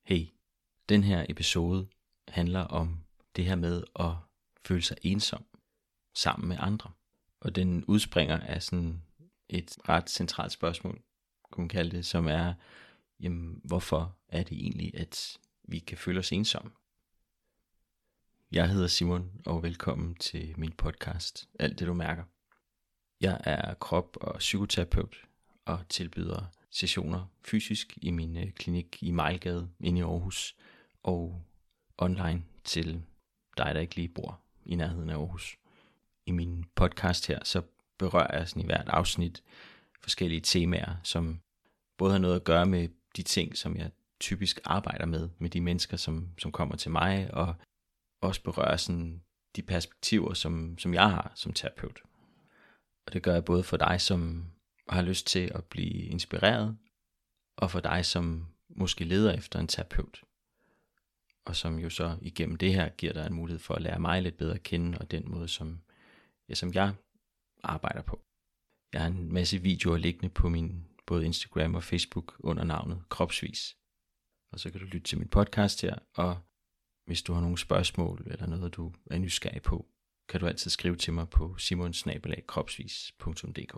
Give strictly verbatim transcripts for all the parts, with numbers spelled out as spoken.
Hey, den her episode handler om det her med at føle sig ensom sammen med andre. Og den udspringer af sådan et ret centralt spørgsmål, kunne man kalde det, som er, jamen, hvorfor er det egentlig, at vi kan føle os ensomme? Jeg hedder Simon, og velkommen til min podcast, Alt det du mærker. Jeg er krop- og psykoterapeut og tilbyder sessioner fysisk i min klinik i Mejlgade inde i Aarhus og online til dig, der ikke lige bor i nærheden af Aarhus. I min podcast her, så berører jeg sådan i hvert afsnit forskellige temaer, som både har noget at gøre med de ting, som jeg typisk arbejder med, med de mennesker, som, som kommer til mig, og også berører sådan de perspektiver, som, som jeg har som terapeut. Og det gør jeg både for dig, som har lyst til at blive inspireret, og for dig, som måske leder efter en terapeut, og som jo så igennem det her giver dig en mulighed for at lære mig lidt bedre at kende, og den måde, som, ja, som jeg arbejder på. Jeg har en masse videoer liggende på min både Instagram og Facebook under navnet Kropsvis. Og så kan du lytte til min podcast her, og hvis du har nogle spørgsmål eller noget, du er nysgerrig på, kan du altid skrive til mig på simon bindestreg kropsvis punktum d k.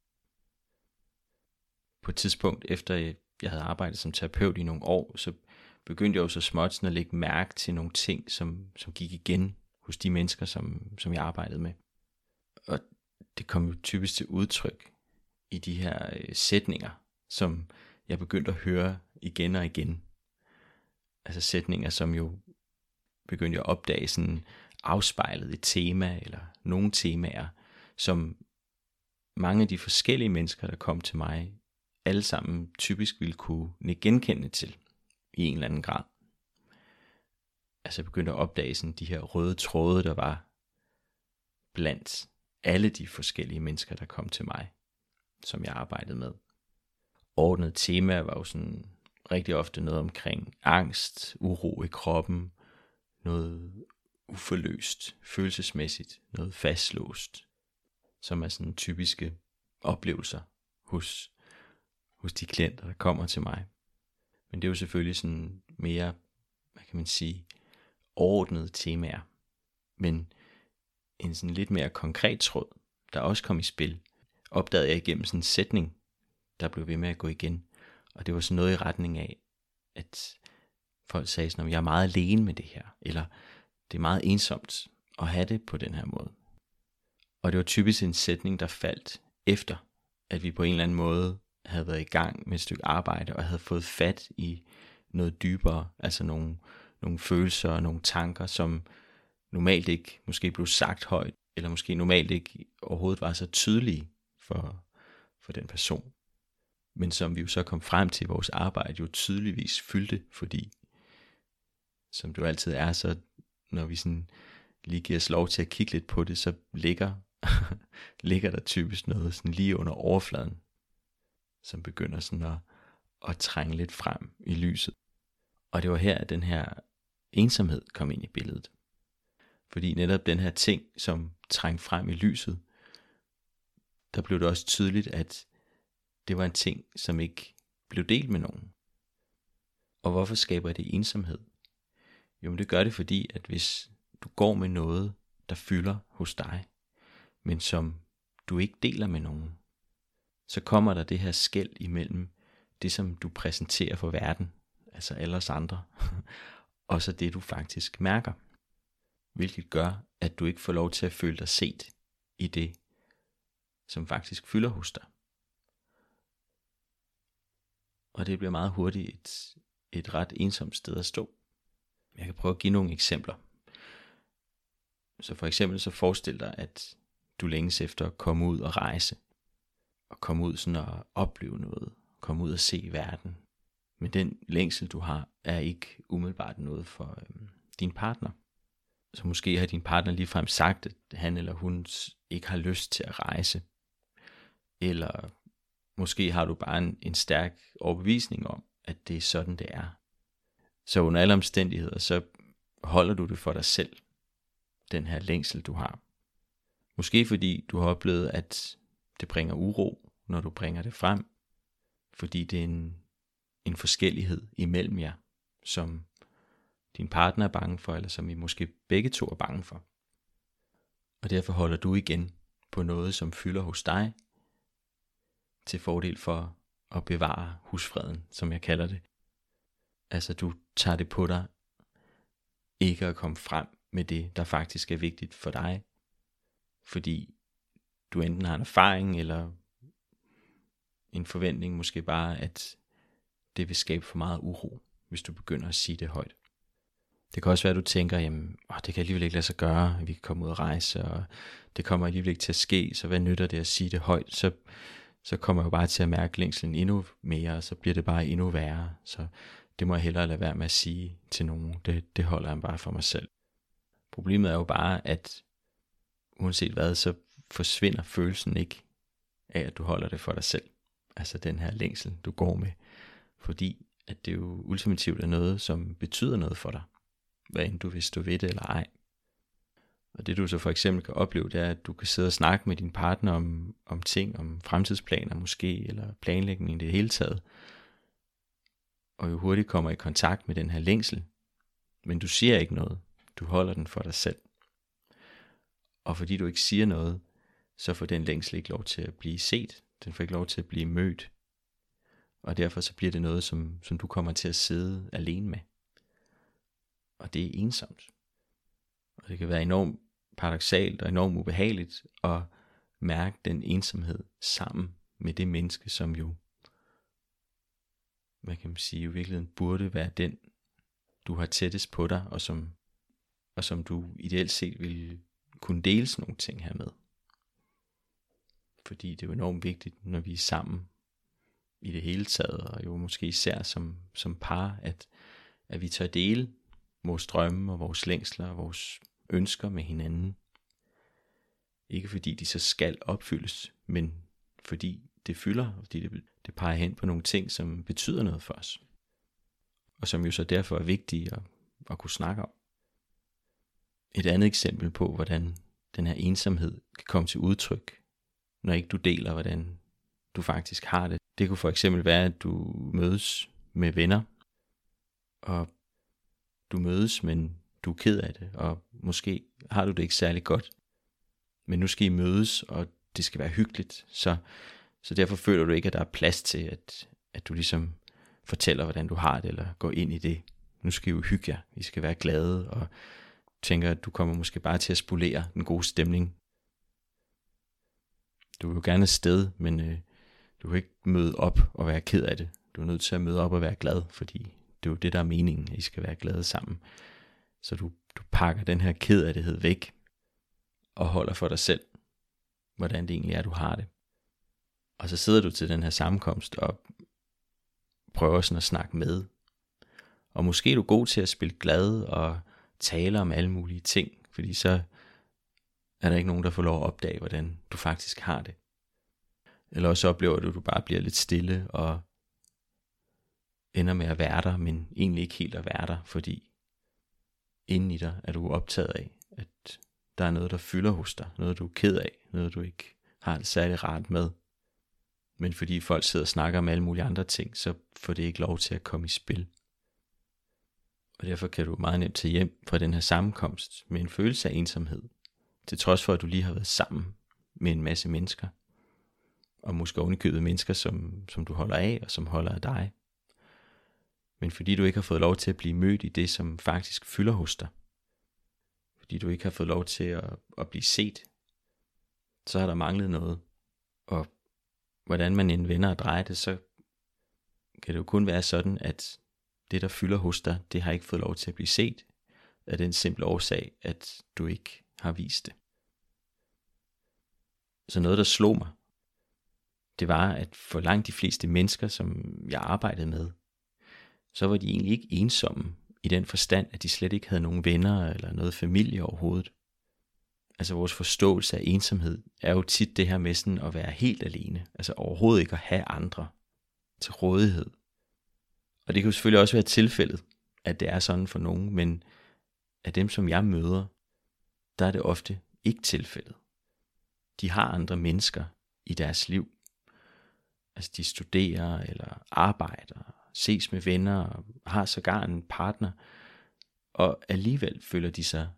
På et tidspunkt, efter jeg havde arbejdet som terapeut i nogle år, så begyndte jeg jo så småt sådan at lægge mærke til nogle ting, som, som gik igen hos de mennesker, som, som jeg arbejdede med. Og det kom jo typisk til udtryk i de her øh, sætninger, som jeg begyndte at høre igen og igen. Altså sætninger, som jo begyndte jeg at opdage sådan afspejlet et tema, eller nogle temaer, som mange af de forskellige mennesker, der kom til mig, alle sammen typisk ville kunne genkende til i en eller anden grad. Altså jeg begyndte at opdage sådan de her røde tråde, der var blandt alle de forskellige mennesker, der kom til mig, som jeg arbejdede med. Ordnet temaer var jo sådan rigtig ofte noget omkring angst, uro i kroppen, noget uforløst, følelsesmæssigt, noget fastlåst, som er sådan typiske oplevelser hos, hos de klienter, der kommer til mig. Men det er jo selvfølgelig sådan mere, hvad kan man sige, overordnede temaer. Men en sådan lidt mere konkret tråd, der også kom i spil, opdagede jeg igennem sådan en sætning, der blev ved med at gå igen. Og det var sådan noget i retning af, at folk sagde sådan, at jeg er meget alene med det her, eller det er meget ensomt at have det på den her måde. Og det var typisk en sætning, der faldt efter, at vi på en eller anden måde havde været i gang med et stykke arbejde, og havde fået fat i noget dybere, altså nogle, nogle følelser og nogle tanker, som normalt ikke måske blev sagt højt, eller måske normalt ikke overhovedet var så tydelige for, for den person. Men som vi jo så kom frem til, vores arbejde jo tydeligvis fyldte, fordi som det jo altid er, så når vi sådan lige giver os lov til at kigge lidt på det, så ligger, ligger der typisk noget sådan lige under overfladen, som begynder sådan at, at trænge lidt frem i lyset. Og det var her, at den her ensomhed kom ind i billedet. Fordi netop den her ting, som trængte frem i lyset, der blev det også tydeligt, at det var en ting, som ikke blev delt med nogen. Og hvorfor skaber det ensomhed? Jo, men det gør det, fordi at hvis du går med noget, der fylder hos dig, men som du ikke deler med nogen, så kommer der det her skel imellem det, som du præsenterer for verden, altså alle os andre, og så det, du faktisk mærker. Hvilket gør, at du ikke får lov til at føle dig set i det, som faktisk fylder hos dig. Og det bliver meget hurtigt et, et ret ensomt sted at stå. Jeg kan prøve at give nogle eksempler. Så for eksempel så forestil dig, at du længes efter at komme ud og rejse. Og komme ud sådan og opleve noget. Komme ud og se verden. Men den længsel du har, er ikke umiddelbart noget for øhm, din partner. Så måske har din partner ligefrem sagt, at han eller hun ikke har lyst til at rejse. Eller måske har du bare en, en stærk overbevisning om, at det er sådan det er. Så under alle omstændigheder, så holder du det for dig selv, den her længsel du har. Måske fordi du har oplevet, at det bringer uro, når du bringer det frem. Fordi det er en, en forskellighed imellem jer. som din partner er bange for, eller som I måske begge to er bange for. Og derfor holder du igen på noget, som fylder hos dig, til fordel for at bevare husfreden, som jeg kalder det. Altså du tager det på dig, ikke at komme frem med det, der faktisk er vigtigt for dig, fordi du enten har en erfaring, eller en forventning måske bare, at det vil skabe for meget uro, hvis du begynder at sige det højt. Det kan også være, at du tænker, jamen, åh, det kan alligevel ikke lade sig gøre, at vi kan komme ud og rejse, og det kommer alligevel ikke til at ske, så hvad nytter det at sige det højt? Så, så kommer jeg jo bare til at mærke længslen endnu mere, og så bliver det bare endnu værre. Så det må jeg hellere lade være med at sige til nogen. Det, det holder jeg bare for mig selv. Problemet er jo bare, at uanset hvad, så forsvinder følelsen ikke af, at du holder det for dig selv. Altså den her længsel, du går med. Fordi at det jo ultimativt er noget, som betyder noget for dig. Hvad end du vil stå ved det eller ej. Og det du så for eksempel kan opleve, det er, at du kan sidde og snakke med din partner om, om ting, om fremtidsplaner måske, eller planlægning i det hele taget. Og jo hurtigt kommer i kontakt med den her længsel. Men du siger ikke noget. Du holder den for dig selv. Og fordi du ikke siger noget, så får den længsel ikke lov til at blive set. Den får ikke lov til at blive mødt. Og derfor så bliver det noget, som, som du kommer til at sidde alene med. Og det er ensomt. Og det kan være enormt paradoksalt og enormt ubehageligt at mærke den ensomhed sammen med det menneske, som jo, hvad kan man sige, i virkeligheden burde være den, du har tættest på dig, og som, og som du ideelt set ville kunne dele sådan nogle ting her med. Fordi det er jo enormt vigtigt, når vi er sammen i det hele taget, og jo måske især som, som par, at, at vi tør dele vores drømme og vores længsler og vores ønsker med hinanden. Ikke fordi de så skal opfyldes, men fordi det fylder, fordi det, det peger hen på nogle ting, som betyder noget for os. Og som jo så derfor er vigtige at, at kunne snakke om. Et andet eksempel på, hvordan den her ensomhed kan komme til udtryk, når ikke du deler, hvordan du faktisk har det. Det kunne for eksempel være, at du mødes med venner, og du mødes, men du er ked af det, og måske har du det ikke særlig godt. Men nu skal I mødes, og det skal være hyggeligt, så, så derfor føler du ikke, at der er plads til, at, at du ligesom fortæller, hvordan du har det, eller går ind i det. Nu skal I jo hygge jer, I skal være glade, og tænker, at du kommer måske bare til at spolere den gode stemning. Du vil jo gerne afsted, men øh, du kan ikke møde op og være ked af det. Du er nødt til at møde op og være glad, fordi det er jo det, der er meningen, at I skal være glade sammen. Så du, du pakker den her kedelighed væk, og holder for dig selv, hvordan det egentlig er, du har det. Og så sidder du til den her sammenkomst, og prøver sådan at snakke med. Og måske er du god til at spille glad, og tale om alle mulige ting, fordi så er der ikke nogen, der får lov at opdage, hvordan du faktisk har det. Eller også oplever du, at du bare bliver lidt stille, og ender med at være der, men egentlig ikke helt at være der, fordi inden i dig er du optaget af, at der er noget, der fylder hos dig, noget du er ked af, noget du ikke har det særlig rart med. Men fordi folk sidder og snakker om alle mulige andre ting, så får det ikke lov til at komme i spil. Og derfor kan du meget nemt tage hjem fra den her sammenkomst med en følelse af ensomhed, til trods for, at du lige har været sammen med en masse mennesker, og måske ovenikøbet mennesker, som, som du holder af, og som holder af dig. Men fordi du ikke har fået lov til at blive mødt i det, som faktisk fylder hos dig, fordi du ikke har fået lov til at, at blive set, så har der manglet noget. Og hvordan man end vender og drejer det, så kan det jo kun være sådan, at det, der fylder hos dig, det har ikke fået lov til at blive set, af den simple årsag, at du ikke har vist det. Så noget, der slog mig, det var, at for langt de fleste mennesker, som jeg arbejdede med, så var de egentlig ikke ensomme i den forstand, at de slet ikke havde nogen venner eller noget familie overhovedet. Altså vores forståelse af ensomhed er jo tit det her med sådan at være helt alene, altså overhovedet ikke at have andre til rådighed. Og det kan jo selvfølgelig også være tilfældet, at det er sådan for nogen, men af dem, som jeg møder, der er det ofte ikke tilfældet. De har andre mennesker i deres liv. Altså de studerer eller arbejder, ses med venner, og har sågar en partner, og alligevel føler de sig,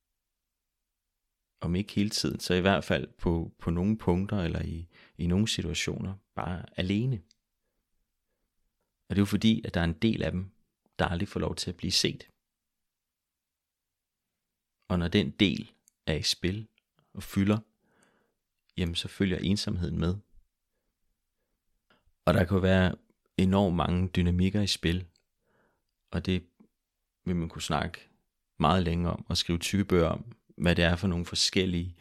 om ikke hele tiden, så i hvert fald på, på nogle punkter, eller i, i nogle situationer, bare alene. Og det er jo fordi, at der er en del af dem, der aldrig får lov til at blive set. Og når den del er i spil og fylder, jamen så følger ensomheden med. Og der kan være enormt mange dynamikker i spil, og det vil man kunne snakke meget længere om, og skrive tykke bøger om, hvad det er for nogle forskellige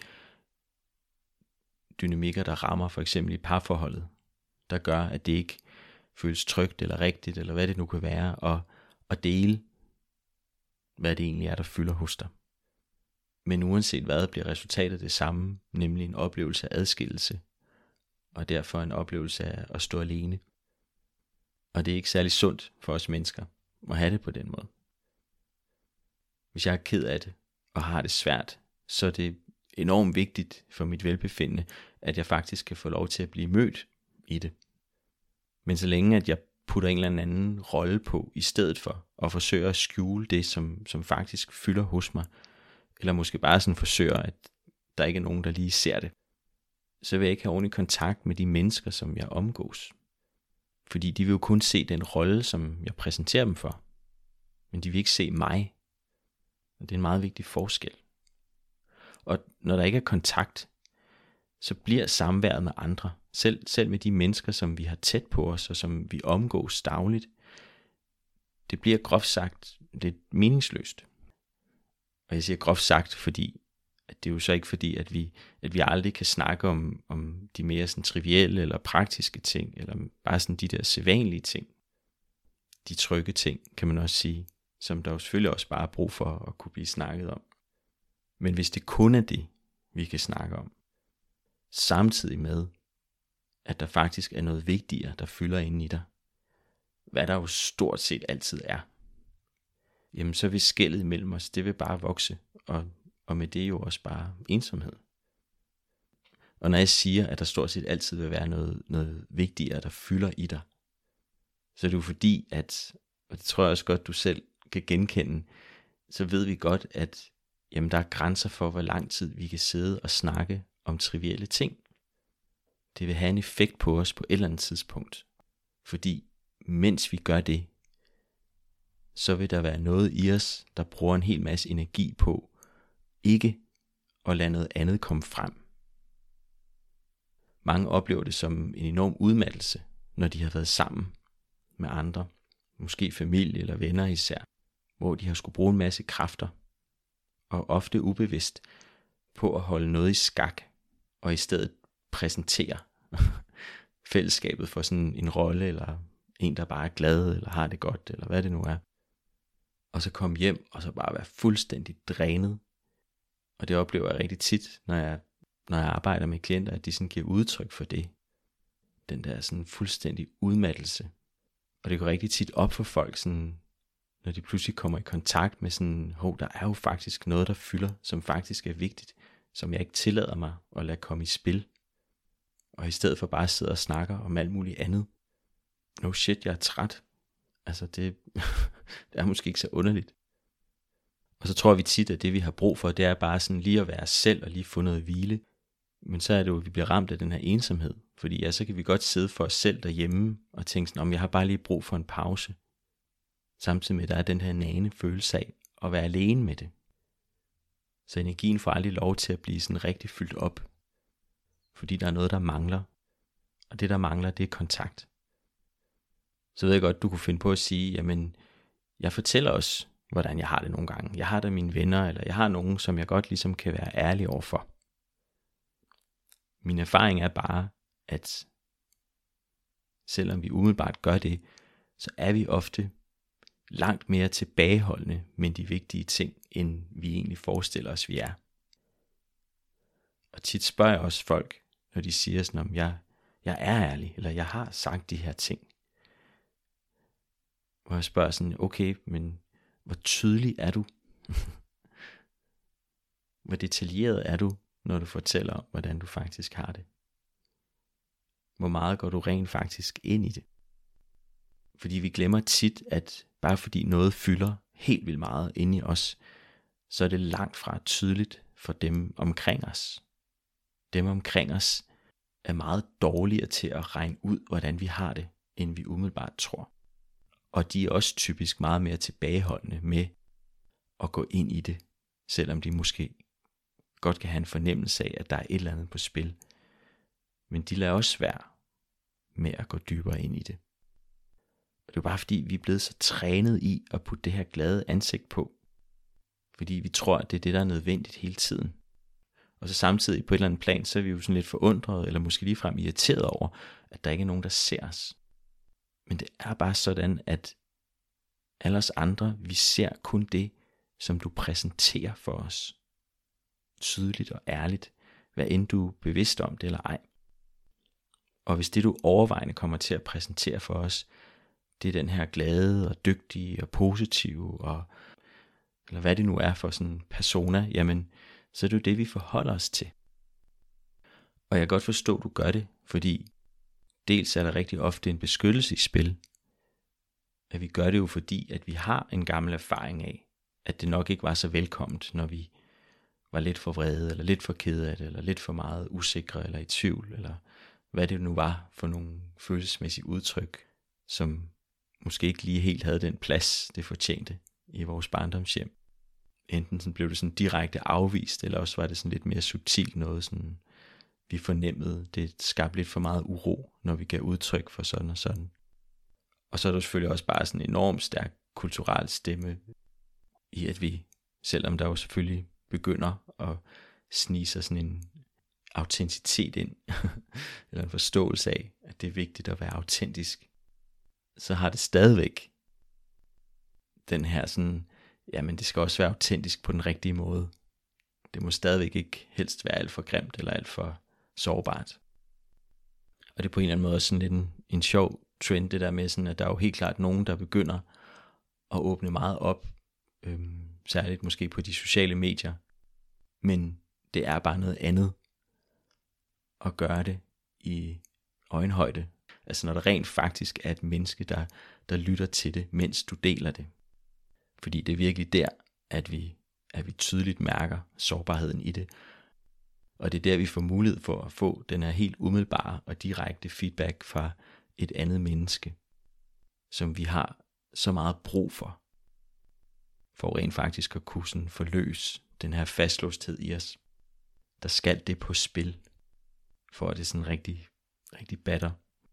dynamikker, der rammer for eksempel i parforholdet, der gør, at det ikke føles trygt eller rigtigt, eller hvad det nu kan være, og at dele, hvad det egentlig er, der fylder hos dig. Men uanset hvad, bliver resultatet det samme, nemlig en oplevelse af adskillelse, og derfor en oplevelse af at stå alene. Og det er ikke særlig sundt for os mennesker at have det på den måde. Hvis jeg er ked af det, og har det svært, så er det enormt vigtigt for mit velbefindende, at jeg faktisk kan få lov til at blive mødt i det. Men så længe at jeg putter en eller anden rolle på, i stedet for at forsøge at skjule det, som, som faktisk fylder hos mig, eller måske bare sådan forsøger, at der ikke er nogen, der lige ser det, så vil jeg ikke have ordentlig kontakt med de mennesker, som jeg omgås. Fordi de vil jo kun se den rolle, som jeg præsenterer dem for. Men de vil ikke se mig. Og det er en meget vigtig forskel. Og når der ikke er kontakt, så bliver samværet med andre, selv, selv med de mennesker, som vi har tæt på os, og som vi omgås dagligt, det bliver groft sagt lidt meningsløst. Og jeg siger groft sagt, fordi at det er jo så ikke fordi, at vi, at vi aldrig kan snakke om, om de mere sådan trivielle eller praktiske ting, eller bare sådan de der sædvanlige ting. De trygge ting, kan man også sige, som der jo selvfølgelig også bare er brug for at kunne blive snakket om. Men hvis det kun er det, vi kan snakke om, samtidig med, at der faktisk er noget vigtigere, der fylder inde i dig, hvad der jo stort set altid er, jamen så vil skellet mellem os, det vil bare vokse, og, og med det jo også bare ensomhed. Og når jeg siger, at der stort set altid vil være noget, noget vigtigere, der fylder i dig, så er det jo fordi, at, og det tror jeg også godt, du selv kan genkende, så ved vi godt, at jamen, der er grænser for, hvor lang tid vi kan sidde og snakke om trivielle ting. Det vil have en effekt på os på et eller andet tidspunkt. Fordi mens vi gør det, så vil der være noget i os, der bruger en hel masse energi på ikke at lade noget andet komme frem. Mange oplever det som en enorm udmattelse, når de har været sammen med andre, måske familie eller venner især, hvor de har skulle bruge en masse kræfter, og ofte ubevidst, på at holde noget i skak, og i stedet præsentere fællesskabet for sådan en rolle, eller en, der bare er glad, eller har det godt, eller hvad det nu er. Og så komme hjem, og så bare være fuldstændig drænet. Og det oplever jeg rigtig tit, når jeg, når jeg arbejder med klienter, at de sådan giver udtryk for det. Den der sådan fuldstændig udmattelse. Og det går rigtig tit op for folk, sådan, når de pludselig kommer i kontakt med sådan, hov, der er jo faktisk noget, der fylder, som faktisk er vigtigt, som jeg ikke tillader mig at lade komme i spil. Og i stedet for bare at sidde og snakke om alt muligt andet. No shit, jeg er træt. Altså det, det er måske ikke så underligt. Og så tror vi tit, at det vi har brug for, det er bare sådan lige at være os selv og lige få noget hvile. Men så er det jo, at vi bliver ramt af den her ensomhed. Fordi ja, så kan vi godt sidde for os selv derhjemme og tænke sådan, om jeg har bare lige brug for en pause. Samtidig med, at der er den her nagende følelse af at være alene med det. Så energien får aldrig lov til at blive sådan rigtig fyldt op. Fordi der er noget, der mangler. Og det, der mangler, det er kontakt. Så ved jeg godt, du kunne finde på at sige, jamen, jeg fortæller også, hvordan jeg har det nogle gange. Jeg har da mine venner, eller jeg har nogen, som jeg godt ligesom kan være ærlig overfor. Min erfaring er bare, at selvom vi umiddelbart gør det, så er vi ofte langt mere tilbageholdende med de vigtige ting, end vi egentlig forestiller os, vi er. Og tit spørger jeg også folk, når de siger sådan, om jeg, jeg er ærlig, eller jeg har sagt de her ting. Og jeg spørger sådan, okay, men hvor tydelig er du? Hvor detaljeret er du, når du fortæller om, hvordan du faktisk har det? Hvor meget går du rent faktisk ind i det? Fordi vi glemmer tit, at bare fordi noget fylder helt vildt meget inde i os, så er det langt fra tydeligt for dem omkring os. Dem omkring os er meget dårligere til at regne ud, hvordan vi har det, end vi umiddelbart tror. Og de er også typisk meget mere tilbageholdende med at gå ind i det, selvom de måske godt kan have en fornemmelse af, at der er et eller andet på spil. Men de lader også være med at gå dybere ind i det. Og det er bare fordi, vi er blevet så trænet i at putte det her glade ansigt på. Fordi vi tror, at det er det, der er nødvendigt hele tiden. Og så samtidig på et eller andet plan, så er vi jo sådan lidt forundret, eller måske ligefrem irriteret over, at der ikke er nogen, der ser os. Men det er bare sådan, at alle os andre, vi ser kun det, som du præsenterer for os. Tydeligt og ærligt, hvad end du er bevidst om det eller ej. Og hvis det du overvejende kommer til at præsentere for os, det er den her glade og dygtige og positive, og, eller hvad det nu er for sådan en persona, jamen så er det jo det, vi forholder os til. Og jeg kan godt forstå, at du gør det, fordi dels er der rigtig ofte en beskyttelse i spil. At vi gør det jo fordi, at vi har en gammel erfaring af, at det nok ikke var så velkomment, når vi var lidt for vrede, eller lidt for kede af det, eller lidt for meget usikre, eller i tvivl, eller hvad det nu var for nogle følelsesmæssige udtryk, som måske ikke lige helt havde den plads, det fortjente i vores barndomshjem. Enten sådan blev det sådan direkte afvist, eller også var det sådan lidt mere subtilt noget, sådan vi fornemmede, det skabte lidt for meget uro, når vi gav udtryk for sådan og sådan. Og så er der selvfølgelig også bare sådan en enormt stærk kulturel stemme i, at vi, selvom der jo selvfølgelig begynder at snige sig sådan en autenticitet ind, eller en forståelse af, at det er vigtigt at være autentisk, så har det stadigvæk den her sådan, jamen det skal også være autentisk på den rigtige måde. Det må stadigvæk ikke helst være alt for grimt eller alt for sårbart. Og det er på en eller anden måde også sådan lidt en, en sjov trend, det der med sådan, at der er jo helt klart nogen, der begynder at åbne meget op, øhm, særligt måske på de sociale medier, men det er bare noget andet at gøre det i øjenhøjde. Altså når der rent faktisk er et menneske, der, der lytter til det, mens du deler det. Fordi det er virkelig der, at vi, at vi tydeligt mærker sårbarheden i det. Og det er der, vi får mulighed for at få den her helt umiddelbare og direkte feedback fra et andet menneske, som vi har så meget brug for, for rent faktisk at kunne sådan forløse den her fastlåsthed i os. Der skal det på spil, for at det sådan rigtig, rigtig batter.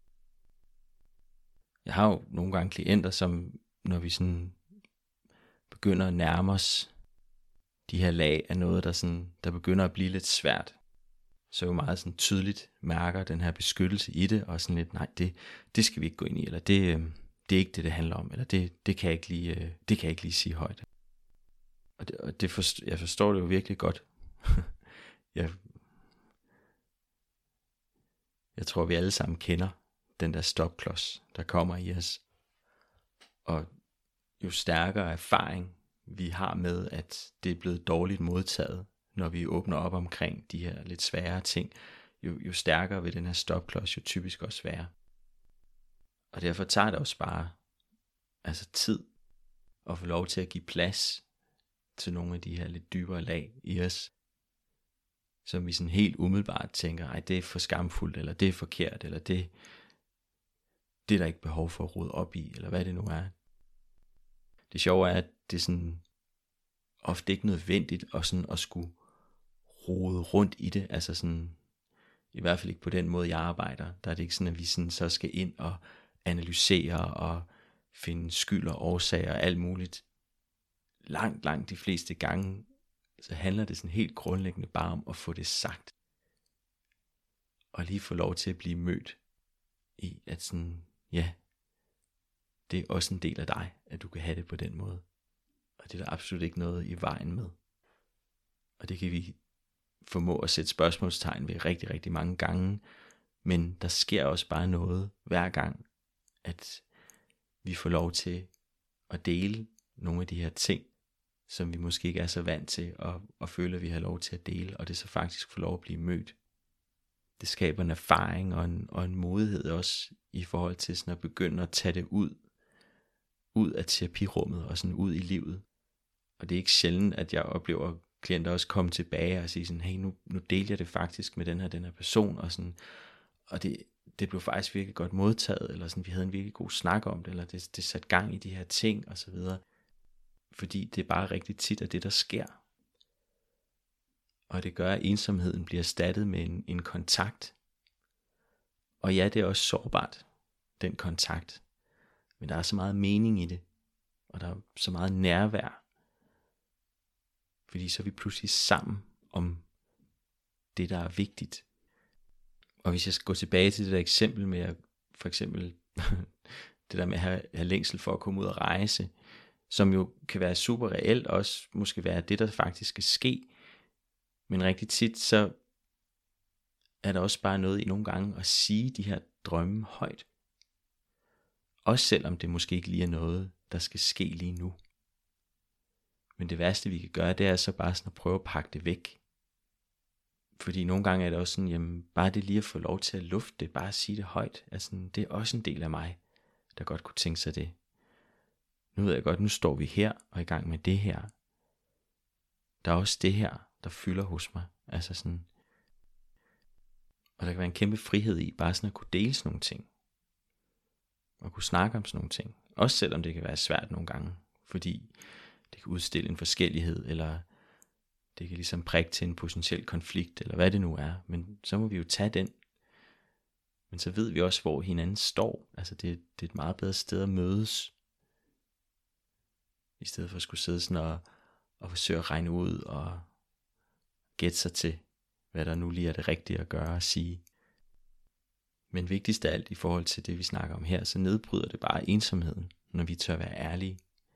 Jeg har jo nogle gange klienter, som når vi sådan begynder at nærme os de her lag af noget, der, sådan, der begynder at blive lidt svært, så jo meget sådan tydeligt mærker den her beskyttelse i det, og sådan lidt, nej, det, det skal vi ikke gå ind i, eller det, øh, det er ikke det, det handler om, eller det, det, kan, jeg ikke lige, øh, det kan jeg ikke lige sige højt. Og, det, og det forstår, jeg forstår det jo virkelig godt. jeg, jeg tror, vi alle sammen kender den der stopklods, der kommer i os. Og jo stærkere erfaring vi har med, at det er blevet dårligt modtaget, når vi åbner op omkring de her lidt svære ting, jo, jo stærkere vil den her stopklods jo typisk også være. Og derfor tager det også bare altså tid at få lov til at give plads til nogle af de her lidt dybere lag i os, som vi sådan helt umiddelbart tænker, ej, det er for skamfuldt, eller det er forkert, eller det, det er der ikke behov for at rode op i, eller hvad det nu er. Det sjove er, at det er sådan ofte ikke nødvendigt at, sådan at skulle rode rundt i det, altså sådan, i hvert fald ikke på den måde, jeg arbejder. Der er det ikke sådan, at vi sådan så skal ind og analysere og finde skyld og årsager og alt muligt. Langt, langt de fleste gange, så handler det sådan helt grundlæggende bare om at få det sagt. Og lige få lov til at blive mødt i, at sådan, ja, det er også en del af dig, at du kan have det på den måde. Og det er der absolut ikke noget i vejen med. Og det kan vi formå at sætte spørgsmålstegn ved rigtig, rigtig mange gange. Men der sker også bare noget hver gang, at vi får lov til at dele nogle af de her ting, som vi måske ikke er så vant til at, at føle, at vi har lov til at dele, og det så faktisk får lov at blive mødt. Det skaber en erfaring og en, og en modighed også i forhold til sådan at begynde at tage det ud ud af terapirummet og sådan ud i livet. Og det er ikke sjældent, at jeg oplever klienter også komme tilbage og sige sådan, hey, nu, nu deler jeg det faktisk med den her, den her person, og sådan, og det, det blev faktisk virkelig godt modtaget, eller sådan, vi havde en virkelig god snak om det, eller det, det satte gang i de her ting, og så videre. Fordi det er bare rigtig tit af det, der sker. Og det gør, at ensomheden bliver erstattet med en, en kontakt. Og ja, det er også sårbart, den kontakt. Men der er så meget mening i det, og der er så meget nærvær. Fordi så er vi pludselig sammen om det, der er vigtigt. Og hvis jeg skal gå tilbage til det der eksempel med, at for eksempel det der med at have, have længsel for at komme ud og rejse, som jo kan være super reelt, også måske være det, der faktisk skal ske. Men rigtig tit, så er der også bare noget i nogle gange at sige de her drømme højt. Også selvom det måske ikke lige er noget, der skal ske lige nu. Men det værste vi kan gøre, det er så bare sådan at prøve at pakke det væk. Fordi nogle gange er det også sådan, jamen bare det lige at få lov til at lufte det, bare at sige det højt, altså, det er også en del af mig, der godt kunne tænke sig det. Nu ved jeg godt, nu står vi her og er i gang med det her. Der er også det her, der fylder hos mig. Altså sådan. Og der kan være en kæmpe frihed i, bare sådan at kunne dele sådan nogle ting. Og kunne snakke om sådan nogle ting. Også selvom det kan være svært nogle gange, fordi det kan udstille en forskellighed, eller det kan ligesom prikke til en potentiel konflikt, eller hvad det nu er. Men så må vi jo tage den. Men så ved vi også, hvor hinanden står. Altså det, det er et meget bedre sted at mødes. I stedet for at skulle sidde sådan og, og forsøge at regne ud og gætte sig til, hvad der nu lige er det rigtige at gøre og sige. Men vigtigst af alt i forhold til det, vi snakker om her, så nedbryder det bare ensomheden, når vi tør være ærlige.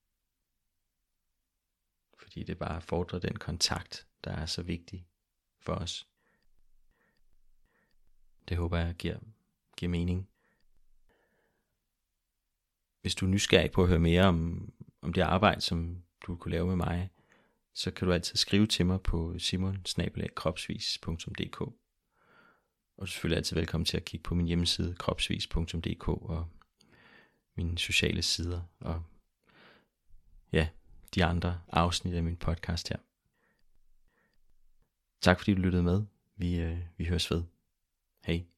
Fordi det bare fordrer den kontakt, der er så vigtig for os. Det håber jeg giver, giver mening. Hvis du er nysgerrig på at høre mere om, om det arbejde, som du kunne lave med mig, så kan du altid skrive til mig på simon bindestreg kropsvis punktum d k. Og du er selvfølgelig altid velkommen til at kigge på min hjemmeside kropsvis punktum d k og mine sociale sider og ja, de andre afsnit af min podcast her. Tak fordi du lyttede med. Vi, øh, vi høres ved. Hej.